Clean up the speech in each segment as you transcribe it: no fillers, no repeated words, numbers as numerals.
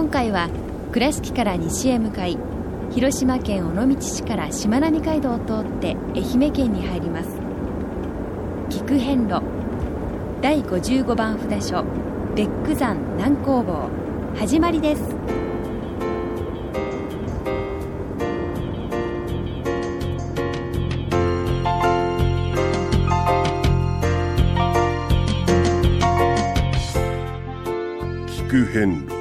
今回は倉敷から西へ向かい、広島県尾道市からしまなみ海道を通って愛媛県に入ります。菊遍路第55番札所別府山南工房、始まりです。 菊遍路、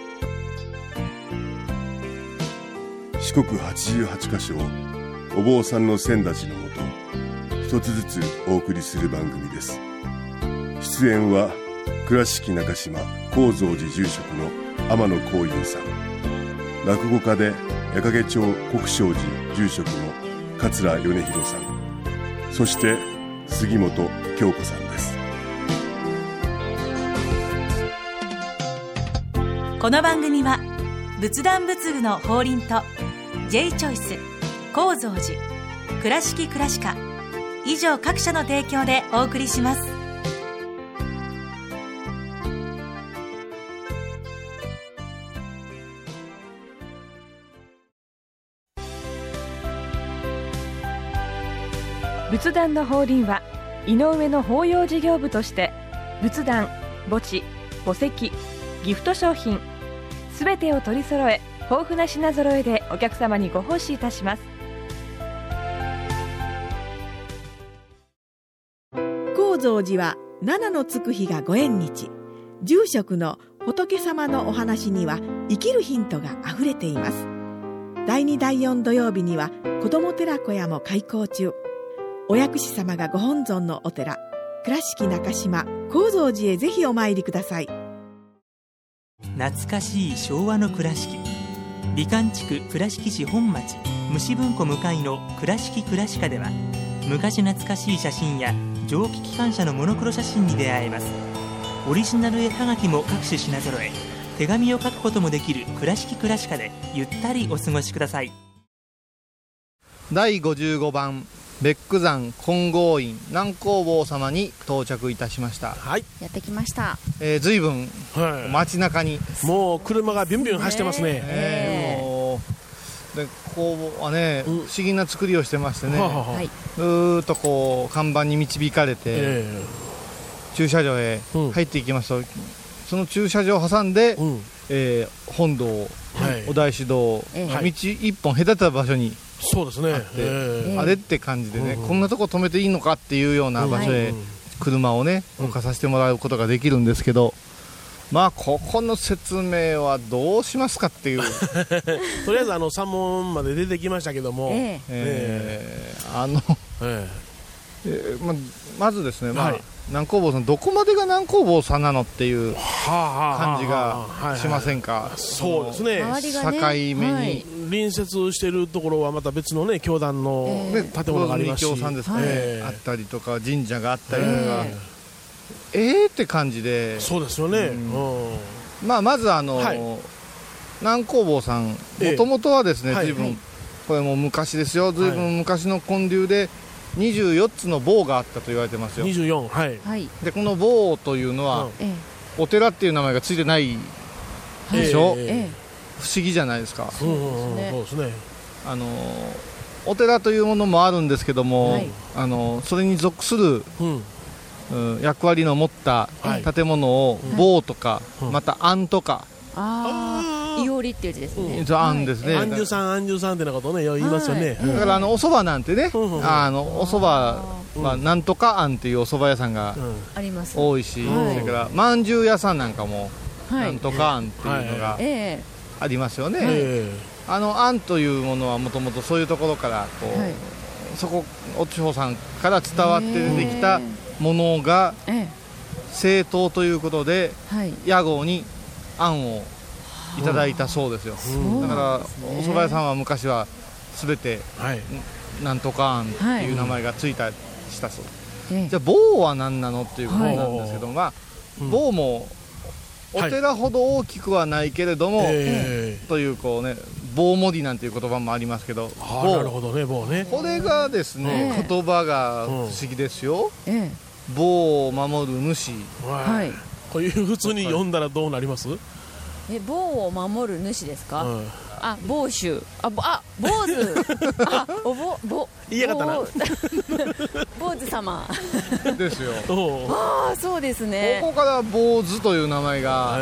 四国88カ所をお坊さんの先達のもと一つずつお送りする番組です。出演は倉敷中島・高蔵寺住職の天野光雄さん、落語家で矢掛町国生寺住職の桂米広さん、そして杉本京子さんです。 この番組は仏壇仏具の法輪と J チョイス、高蔵寺、倉敷倉歯科以上各社の提供でお送りします。 仏壇の法輪は井上の法要事業部として仏壇、墓地、墓石、ギフト商品すべてを取り揃え、豊富な品揃えでお客様にご奉仕いたします。 高蔵寺は七のつく日がご縁日。住職の仏様のお話には生きるヒントがあふれています。第2第4土曜日には子ども寺小屋も開校中。お薬師様がご本尊のお寺、倉敷中島・高蔵寺へぜひお参りください。 懐かしい昭和の倉敷、美観地区倉敷市本町虫文庫向かいの倉敷倉歯科では、昔懐かしい写真や蒸気機関車のモノクロ写真に出会えます。オリジナル絵はがきも各種品揃え、手紙を書くこともできる倉敷倉歯科でゆったりお過ごしください。 第55番別府山金剛院南工房様に到着いたしました。 はい、 やってきました。 随分街中に、 もう車がビュンビュン走ってますね。 で工房はね、不思議な作りをしてましてね、ずーっとこう看板に導かれて、駐車場へ入っていきますと、その駐車場を挟んで、本堂、お大師堂、道一本隔てた場所にそうですね、 あれって感じでね、こんなとこ止めていいのかっていうような場所へ車をね置かさせてもらうことができるんですけど、まあここの説明はどうしますかっていうとりあえず山門まで出てきましたけども、 まずですね、南工房さん、どこまでが南工房さんなのっていう感じがしませんか。 そうですね、 境目に隣接しているところはまた別のね教団の建物がありますし、 教さんですね、あったりとか神社があったりとか、って感じで。 そうですよね。 まず南工房さん、もともとはですね、随分これも昔ですよ、随分昔の建立で24つの坊があったと言われてますよ。 24、はい。 でこの坊というのは、お寺っていう名前がついてないでしょ。不思議じゃないですか。 そうですね。 お寺というものもあるんですけども、それに属する、役割の持った建物を坊とか、また庵とか、 いおりっていう字ですね。 庵ですね。 安住さんってなことね言いますよね。 だからお蕎麦なんてね、お蕎麦はなんとか庵っていうお蕎麦屋さんが多いし、それからまんじゅう屋さんなんかもなんとか庵っていうのがありますよね。庵というものはもともとそういうところからこう、そこお地方さんから伝わって出てきたものが正統ということで、屋号に庵をいただいたそうですよ。だからお蕎麦屋さんは昔は全てなんとか庵っていう名前がついたしたそう。じゃあ坊は何なのっていうことなんですけど、坊もお寺ほど大きくはないけれども、というこうね、坊守なんていう言葉もありますけど、 なるほどね、坊ね。 これがですね、言葉が不思議ですよ。坊を守る主。 こういう普通に読んだらどうなります？ 棒を守る主ですか？房主、坊主嫌がったな坊主様ですよ。 そうですね。 ここから坊主という名前が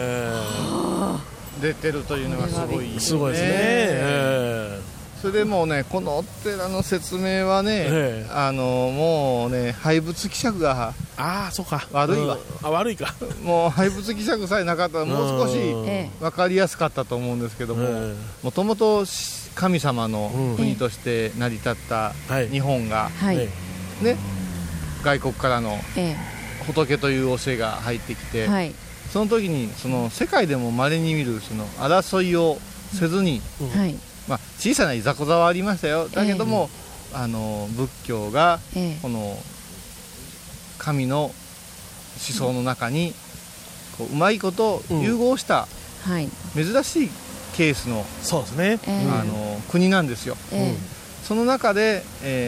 出てるというのがすごいすごいですね。 それでもうね、このお寺の説明はね、もうね、廃仏希釈がそうか悪いわ、 悪いかもう廃仏希釈さえなかったらもう少し分かりやすかったと思うんですけども、もともと神様の国として成り立った日本が、ね、外国からの仏という教えが入ってきて、その時にその世界でも稀に見るその争いをせずに、小さないざこざはありましたよ。だけども、仏教がこの神の思想の中にこううまいこと融合した珍しいケースの、 そうですね、 国なんですよ。その中で、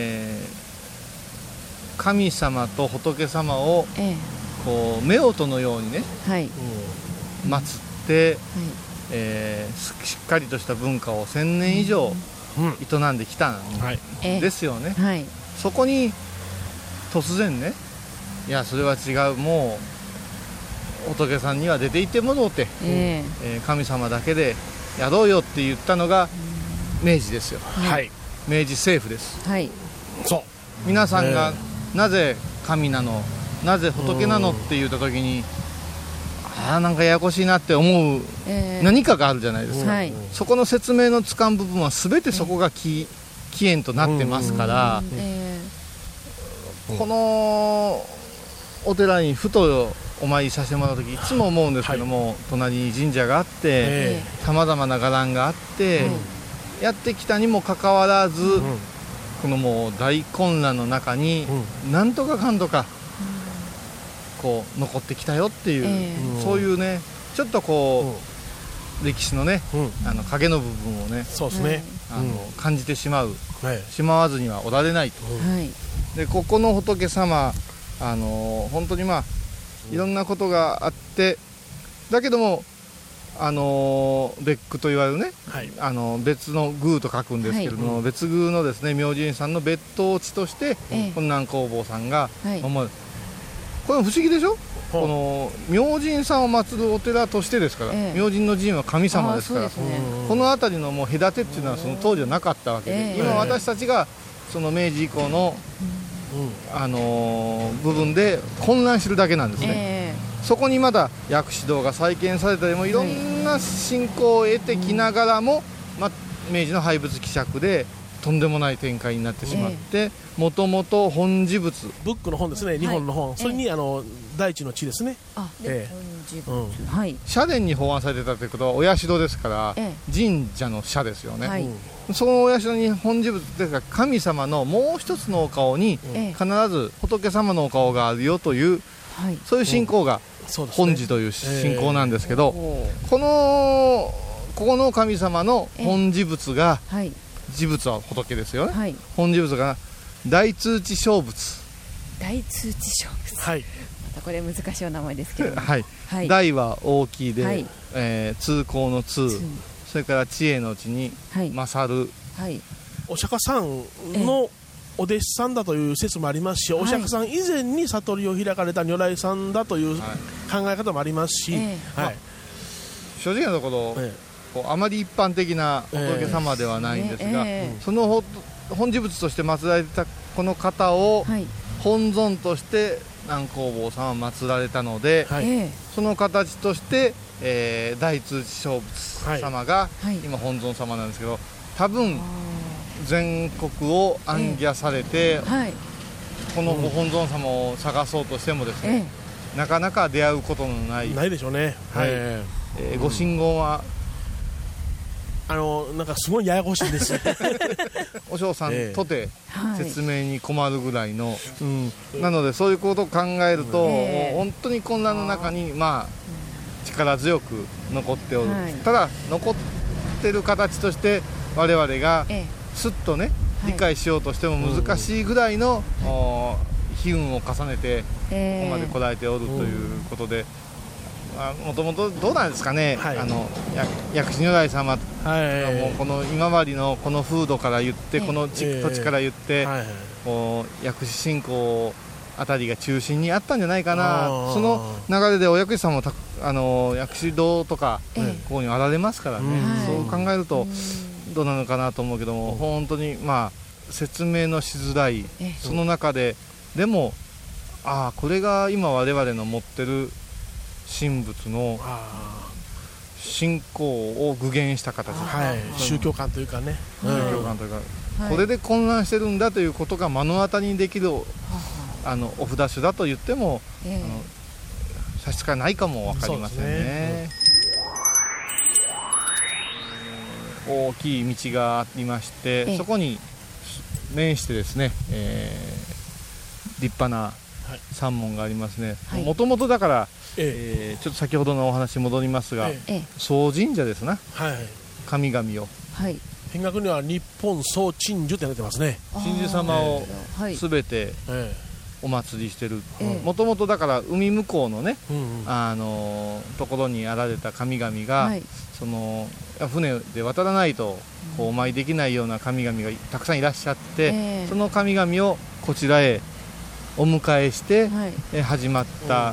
神様と仏様をこう夫婦のようにね、祀って、しっかりとした文化を1000年以上営んできたんですよね。そこに突然ね、いやそれは違う、もう仏さんには出ていってもろうて、神様だけでやろうよって言ったのが明治ですよ。明治政府です。そう皆さんがなぜ神なの、なぜ仏なのって言った時に、なんかややこしいなって思う何かがあるじゃないですか。そこの説明のつかん部分は全てそこが起源となってますから、このお寺にふとお参りさせてもらう時いつも思うんですけども、隣に神社があってさまざまな伽藍があって、やってきたにもかかわらず、このもう大混乱の中になんとかかんとかこう残ってきたよっていう、そういうね、ちょっとこう、歴史のね、影の部分をね、 そうですね、 感じてしまわずにはおられないと。でここの仏様、本当にいろんなことがあって、だけども別宮といわれるね、別の宮と書くんですけれども、別宮のですね、明神さんの別当地として、この南光坊さんが守る。これ不思議でしょ。この明神さんを祀るお寺としてですから、明神の神は神様ですから、この辺りのもう隔てっていうのはその当時はなかったわけで、今私たちがその明治以降の、部分で混乱してるだけなんですね。そこにまだ薬師堂が再建されたりもいろんな信仰を得てきながらも、明治の廃仏希釈でとんでもない展開になってしまって、もともと本持仏、 仏句の本ですね、日本の本、それに大地の地ですね、 社殿に保安されてたということはお社ですから、神社の社ですよね。そのお社に本持仏ですから、神様のもう一つのお顔に必ず仏様のお顔があるよという、そういう信仰が本寺という信仰なんですけど、ここの神様の本持仏が、持仏は仏ですよね、本持仏が大通知小仏。 大通知小仏、またこれ難しいお名前ですけど、 大は大きいで、通行の通、それから知恵の知に勝る、 お釈迦さんのお弟子さんだという説もありますし、お釈迦さん以前に悟りを開かれた如来さんだという考え方もありますし、 正直なところ、あまり一般的な仏様ではないんですが、その本持仏として祀られたこの方を本尊として南光坊さんは祀られたので、その形として、大通知小仏様が今本尊様なんですけど、多分全国を行脚されて、このご本尊様を探そうとしてもですね、なかなか出会うことのないでしょうね。 ご神言はなんかすごいややこしいですお嬢さんとて説明に困るぐらいの、なのでそういうことを考えると、本当に混乱の中に力強く残っておる、ただ残ってる形として我々がすっとね、理解しようとしても難しいぐらいの悲運を重ねてここまでこらえておるということで、 もともとどうなんですかね、はい、薬師如来様がもうこの今治のこの風土から言って、この土地から言って、こう薬師信仰あたりが中心にあったんじゃないかな。その流れでお薬師さんも薬師堂とか、ここにあられますからね、そう考えるとどうなのかなと思うけども、本当に説明のしづらい、その中ででもこれが今我々の持ってる神仏の信仰を具現した形、 宗教観というかね、 これで混乱してるんだということが目の当たりにできるお札所だと言っても、差し支えないかも分かりませんね。大きい道がありまして、そこに面してですね、立派な三門がありますね。もともとだから、ちょっと先ほどのお話戻りますが、総神社ですな、神々を、 見学には日本総鎮守って出てますね。 鎮守様をすべてお祭りしてる。もともとだから海向こうのね、ところにあられた神々が、その船で渡らないとこうお参りできないような神々がたくさんいらっしゃって、その神々をこちらへお迎えして、始まった、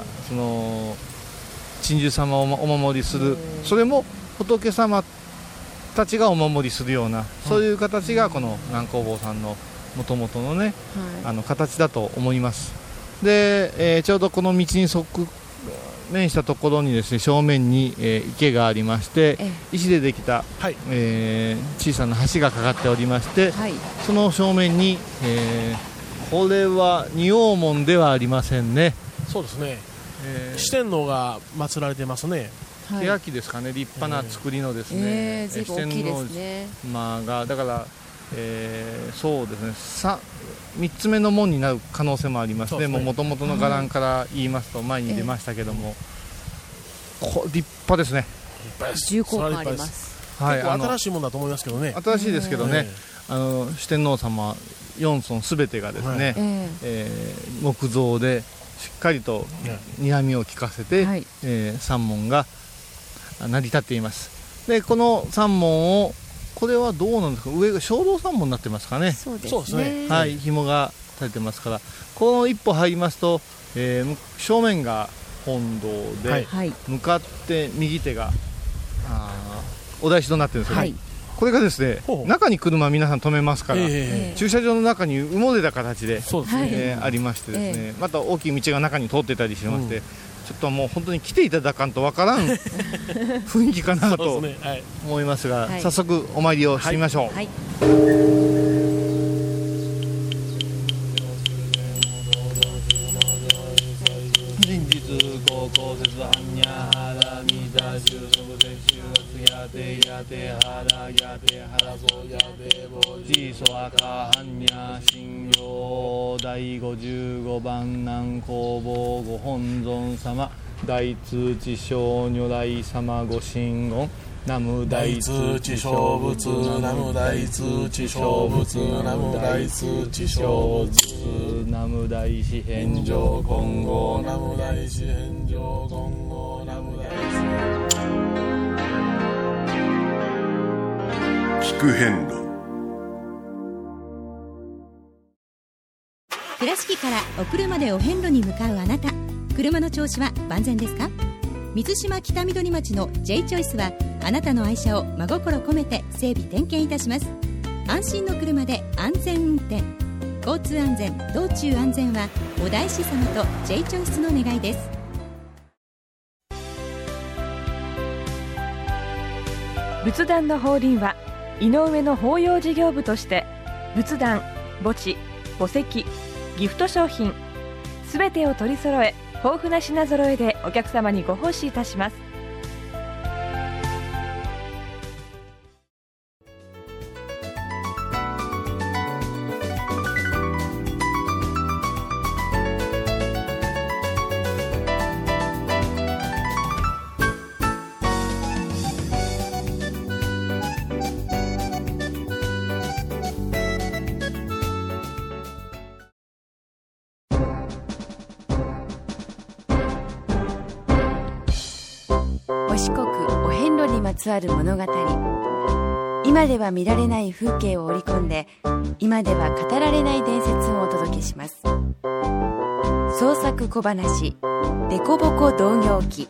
その鎮守様をお守りする、それも仏様たちがお守りするような、そういう形がこの南光坊さんのもともとのね、形だと思います。で、ちょうどこの道に面したところにですね、正面に、池がありまして、石でできた、小さな橋がかかっておりまして、その正面に、これは仁王門ではありませんね。 そうですね、四天王が祀られてますね。 手焼きですかね、立派な作りのですね、 四天王がだから、そうですね、3つ目の門になる可能性もありますね。もともとの伽藍から言いますと前に出ましたけども、立派ですね。 重厚感あります。 新しいものだと思いますけどね。 新しいですけどね、四天王様4尊すべてがですね、木造でしっかりと睨みを利かせて、三門が成り立っています。でこの三門を、これはどうなんですか、上が鐘楼三門になってますかね。 そうですね、 紐がされてますから、この一歩入りますと、正面が本堂で、向かって右手がお台所になってるんですよね。これがですね、中に車皆さん止めますから、駐車場の中に埋もれた形で、ありましてですね、また大きい道が中に通ってたりしまして、ちょっともう本当に来ていただかんとわからん雰囲気かなと思いますが、早速お参りをしてみましょう。人実高校節般若原みた収束節収やてやて原やて原そうやてぼじそ赤般若心経第55番南光坊ご本尊様大通知小如来様ご神言南無大通知小仏南無大通知小仏南無大通知小仏南無大師返上金剛南無大師返上金剛南無大師聞く遍路。 倉敷からお車でお遍路に向かうあなた、車の調子は万全ですか？水島北緑町の J チョイスはあなたの愛車を真心込めて整備点検いたします。安心の車で安全運転、交通安全道中安全はお大師様と J チョイスの願いです。 仏壇の法輪は井上の法要事業部として仏壇、墓地、墓石、ギフト商品すべてを取り揃え、豊富な品揃えでお客様にご奉仕いたします。 つわる物語、今では見られない風景を織り込んで、今では語られない伝説をお届けします。創作小話デコボコ同業記。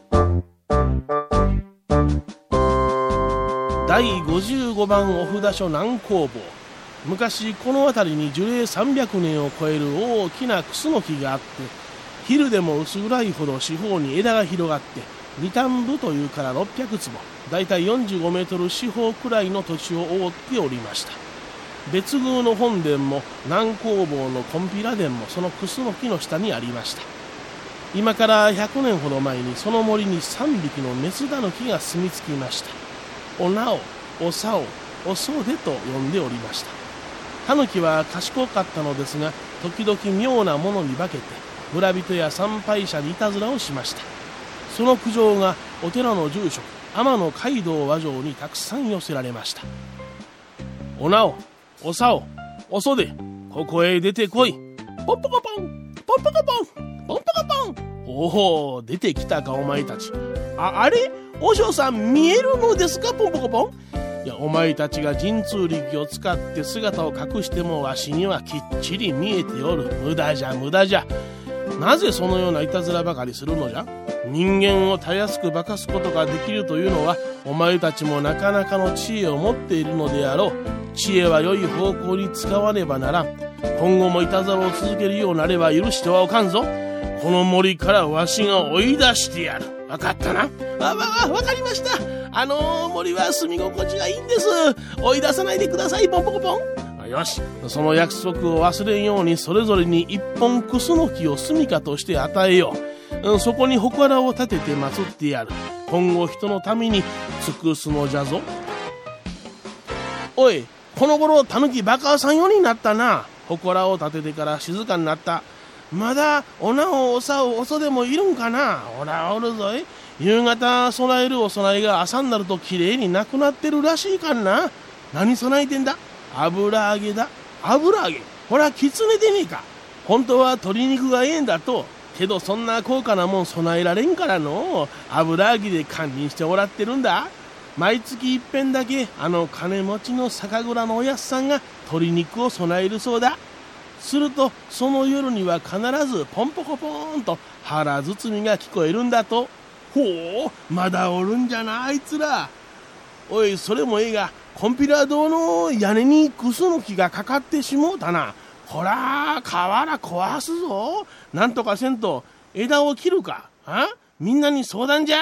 第55番お札所南工房。昔この辺りに樹齢300年を超える大きなクスノキがあって、昼でも薄暗いほど四方に枝が広がって、二反部というから600坪、だいたい45メートル四方くらいの土地を覆っておりました。別宮の本殿も南工房の金毘羅殿もそのクスノキの下にありました。今から100年ほど前にその森に3匹のメスタヌキが住み着きました。おなお、おさお、おそでと呼んでおりました。タヌキは賢かったのですが、時々妙なものに化けて村人や参拝者にいたずらをしました。その苦情がお寺の住職天野街道和尚にたくさん寄せられました。おなお、おさお、おそで、ここへ出てこい。ポンポコポン、ポンポコポン、ポンポコポン。おお、出てきたかお前たち。あれ和尚さん見えるのですか、ポンポコポン。いや、お前たちが神通力を使って姿を隠してもわしにはきっちり見えておる。無駄じゃ無駄じゃ。なぜそのようないたずらばかりするのじゃ。人間をたやすく化かすことができるというのは、お前たちもなかなかの知恵を持っているのであろう。知恵は良い方向に使わねばならん。今後もいたずらを続けるようなれば許してはおかんぞ。この森からわしが追い出してやる。わかったな。わかりました。森は住み心地がいいんです。追い出さないでください、ポンポコポン。よし、その約束を忘れんようにそれぞれに一本クスノキを住処として与えよう。そこに祠を建てて祀ってやる。今後人のために尽くすのじゃぞ。おい、この頃タヌキバカさんようになったな。祠を建ててから静かになった。まだおなお、おさお、おそでもいるんかな。おらおるぞい。夕方備えるお供えが朝になるときれいになくなってるらしいかんな。何備えてんだ。油揚げだ。油揚げ。ほら、キツネでねえか。本当は鶏肉がええんだと。けどそんな高価なもん備えられんからの。油揚げで堪忍してもらってるんだ。毎月一遍だけ金持ちの酒蔵のおやっさんが鶏肉を備えるそうだ。するとその夜には必ずポンポコポーンと腹包みが聞こえるんだと。ほう、まだおるんじゃなあいつら。おい、それもええが、金毘羅堂の屋根にクスノキがかかってしもうたな。ほら、瓦壊すぞ。なんとかせんと枝を切るか。みんなに相談じゃ。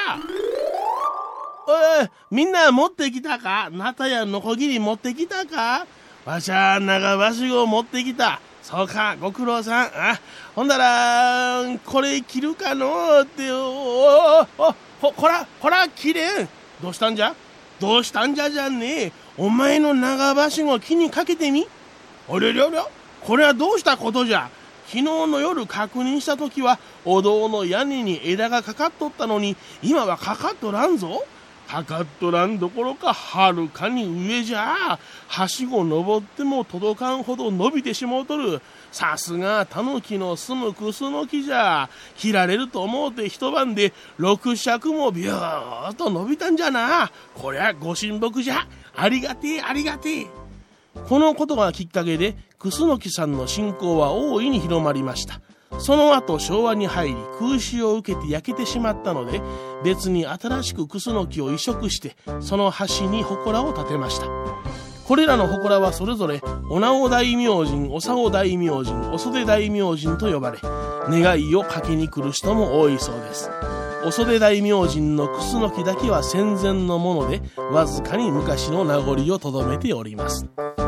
おい、みんな持ってきたか。ナタやノコギリ持ってきたか。わしゃ長はしご持ってきた。そうか、ご苦労さん。ほんだらこれ切るかのって。こら切れん。どうしたんじゃじゃねえ。お前の長はしご木にかけてみ。おりょりょりょ、これはどうしたことじゃ。昨日の夜確認したときはお堂の屋根に枝がかかっとったのに、今はかかっとらんぞ。かかっとらんどころかはるかに上じゃ。はしご登っても届かんほど伸びてしもうとる。さすがタヌキの住むクスノキじゃ。切られると思うて一晩で6尺もビューッと伸びたんじゃな。こりゃご神木じゃ。ありがてえありがてえ。このことがきっかけでクスノキさんの信仰は大いに広まりました。その後昭和に入り空襲を受けて焼けてしまったので、別に新しくクスノキを移植してその端に祠を建てました。これらの祠はそれぞれおなお大明神、おさお大明神、おそで大明神と呼ばれ、願いをかけに来る人も多いそうです。おそで大明神のクスノキだけは戦前のもので、わずかに昔の名残をとどめております。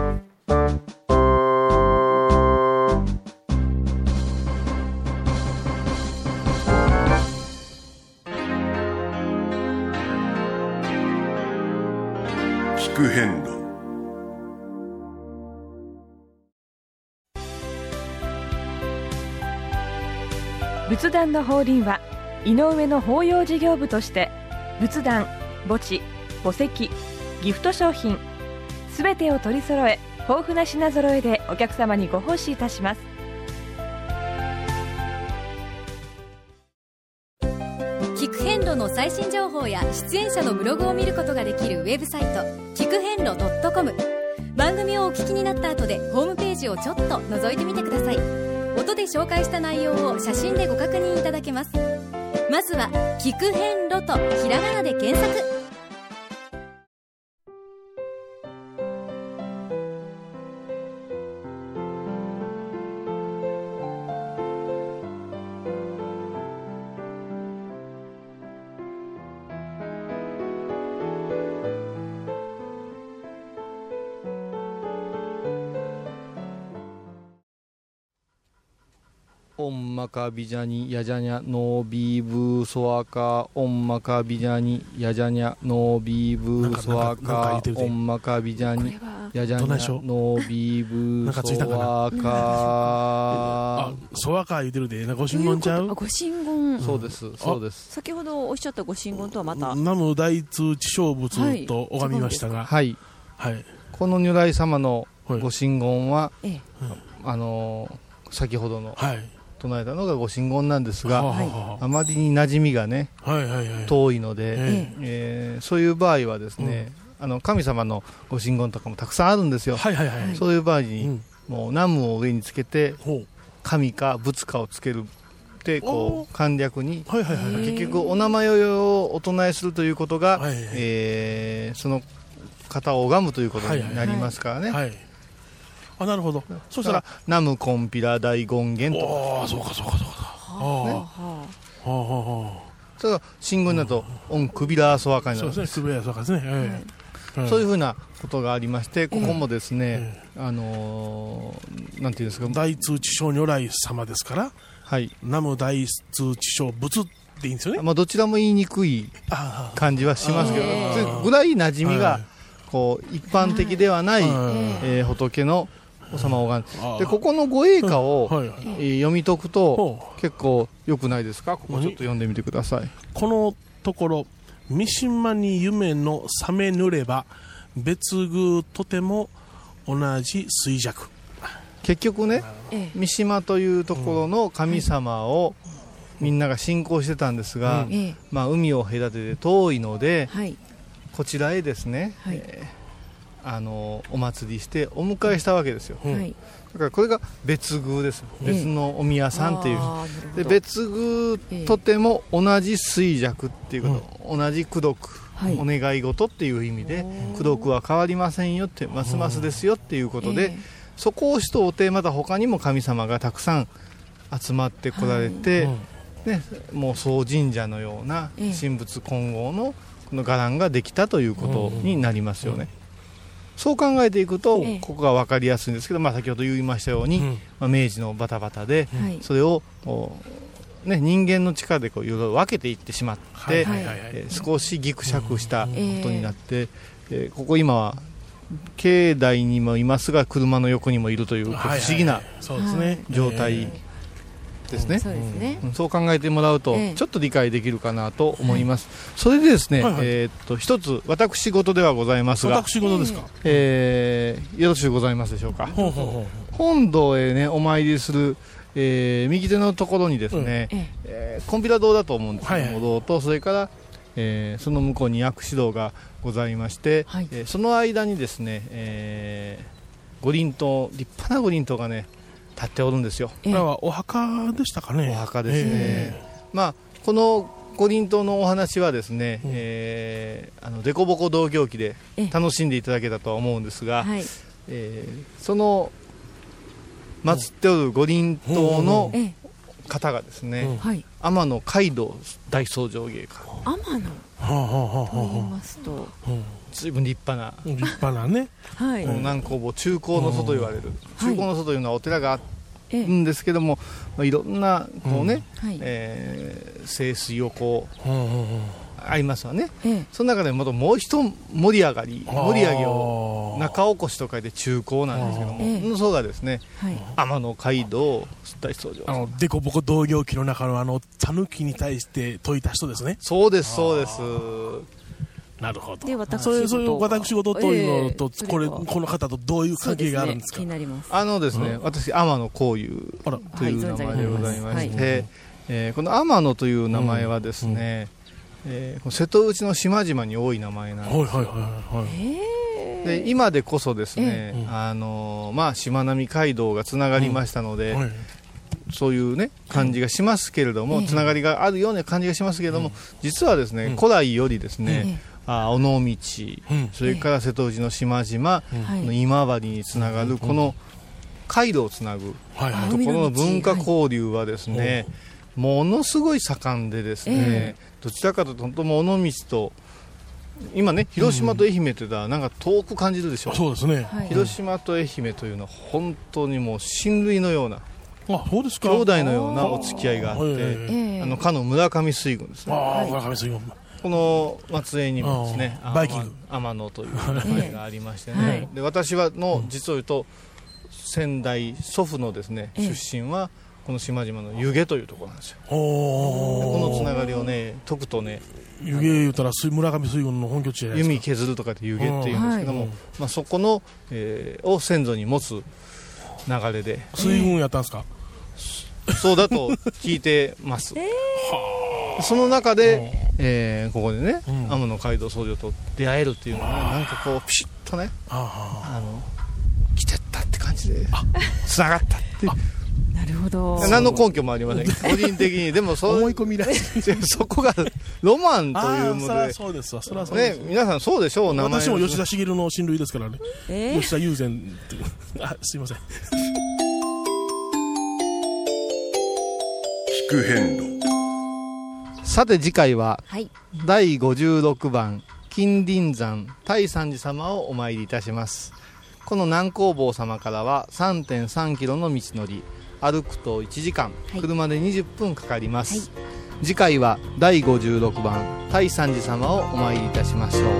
聞く遍路。 仏壇の法輪は井上の法要事業部として仏壇、墓地、墓石、ギフト商品すべてを取り揃え、豊富な品揃えでお客様にご奉仕いたします。 聞く遍路の最新情報や出演者のブログを見ることができるウェブサイト聞く遍路 .com。 番組をお聞きになった後でホームページをちょっと覗いてみてください。音で紹介した内容を写真でご確認いただけます。まずは聞く遍路とひらがなで検索。 オンマカビジャニヤジャニャノービーブーソアカオンマカビジャニヤジャニャノービーブーソアカオンマカビジャニヤジャニャノービーブーソアカソアカ言うてるでご神言ちゃう。 ご神言。 そうですそうです。 先ほどおっしゃったご神言とはまた南無大通地小仏と拝みましたが、 はい、はい、この如来様のご神言は、先ほどの、唱えたのがご神言なんですが、あまりに馴染みがね、遠いので、そういう場合はですね、神様のご神言とかもたくさんあるんですよ。そういう場合に、もう南無を上につけて神か仏かをつけるってこう簡略に、結局お名前をお唱えするということが、その方を拝むということになりますからね。 なるほど。 そしたらナムコンピラ大権現と。 そうかそうかそうか。 それが神言だとオンクビラーソワカになる。 そうですね。クビラーソワカですね。 そういうふうなことがありまして、ここもですね、なんていうんですか、 大通知小如来様ですから、南無大通知小仏でいいんですよね。 まあどちらも言いにくい感じはしますけど、それぐらい馴染みがこう一般的ではない仏のお様を拝んで、ここのご栄華を読み解くと結構良くないですか。ここちょっと読んでみてください。 このところ、三島に夢の覚めぬれば別宮とても同じ衰弱。 結局ね、三島というところの神様をみんなが信仰してたんですが、まあ海を隔てて遠いので、こちらへですね、お祭りしてお迎えしたわけですよ。だからこれが別宮です。別のお宮さんっていうで、別宮とても同じ衰弱っていうこと、同じ功徳、お願い事っていう意味で、功徳は変わりませんよって、ますますですよっていうことで、そこをしとうて、また他にも神様がたくさん集まってこられて、もう総神社のような神仏混合のこの伽藍ができたということになりますよね。そう考えていくと、ここが分かりやすいんですけど、先ほど言いましたように、明治のバタバタで、それを人間の力でいろいろ分けていってしまって、少しぎくしゃくしたことになって、ここ今は境内にもいますが車の横にもいるという不思議な状態ですね。そう考えてもらうとちょっと理解できるかなと思います。それでですね、一つ私事ではございますが、 私事ですか。 よろしゅうございますでしょうか。本堂へねお参りする、右手のところにですね、コンピラ堂だと思うんですけども、堂とそれから、その向こうに薬師堂がございまして、その間にですね、五輪塔、立派な五輪塔がね立っておるんですよ。 これはお墓でしたかね。 お墓ですね。この五輪塔のお話はですね、デコボコ同行記で楽しんでいただけたとは思うんですが、その祀っておる五輪塔の方がですね、天野街道大僧正芸家。 天野と言いますと、 随分立派なね、 南高坊中高の外と言われる、中高の外というのはお寺があるんですけども、いろんなこうね、聖水をこうありますわね。その中でもう一盛り上げを中おこしと書いて中高なんですけども、それがですね、天野街道大僧正。 デコボコ同行記の中の狸に対して説いた人ですね。 そうですそうです。 なるほど。 そういう私事というのと、この方とどういう関係があるんですか。 ですね、私天野幸雄という名前でございまして、この天野という名前はですね、 瀬戸内の島々に多い名前なんですよ。で今でこそですね、しまなみ海道がつながりましたので、そういうね感じがしますけれども、つながりがあるような感じがしますけれども、実はですね、古来よりですね、尾道、それから瀬戸内の島々、今治につながるこの海路をつなぐところの文化交流はですね、ものすごい盛んでですね、どちらかというと本当も尾道と今ね、広島と愛媛というのはなんか遠く感じるでしょう。 そうですね。 広島と愛媛というのは本当にもう親類のような、 そうですか、 兄弟のようなお付き合いがあって、かの村上水軍ですね。 村上水軍。 この松江にもですね、 バイキング天野という名前がありましてね、で私はの実を言うと先代祖父のですね、出身はこの島々の湯気というところなんですよ。このつながりをね解くとね、 湯気言うたら村上水軍の本拠地じゃないですか。 弓削るとかって湯気っていうんですけども、そこの、を先祖に持つ流れで水軍やったんですか。 そうだと聞いてます。その中で、ここでね、天野街道僧侶と出会えるっていうのは、なんかこうピシッとね、来てったって感じでつながったっていう。 なるほど。 何の根拠もありませんけど、個人的にでもそう思い込みらしい。 そこがロマンというもので、 そうですわ。それはそうです。 ね、皆さんそうでしょう。名前私も吉田茂の親類ですからね。吉田友禅っていう。すいません。 聞く遍路。 さて次回は、第56番金輪山大山寺様をお参りいたします。この南光坊様からは 3.3 キロの道のり、歩くと1時間、車で20分かかります。次回は第56番大山寺様をお参りいたしましょう。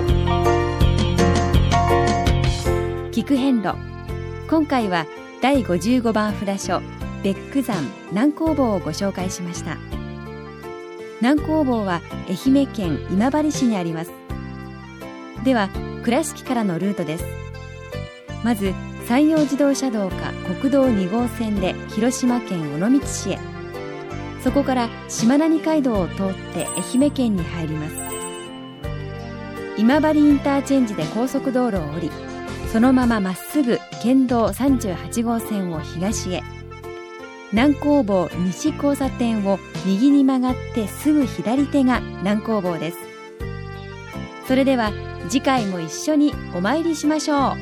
聞く遍路、今回は第55番札所別九山南光坊をご紹介しました。南光坊は愛媛県今治市にあります。では倉敷からのルートです。まず山陽自動車道か国道2号線で広島県尾道市へ、そこからしまなみ海道を通って愛媛県に入ります。今治インターチェンジで高速道路を降り、そのまままっすぐ県道38号線を東へ、南光坊西交差点を右に曲がってすぐ左手が南光坊です。それでは次回も一緒にお参りしましょう。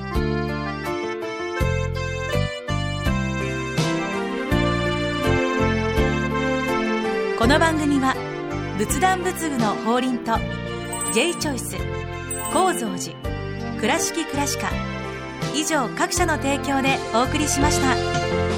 この番組は仏壇仏具の法輪と J チョイス、高蔵寺、倉敷倉歯科以上各社の提供でお送りしました。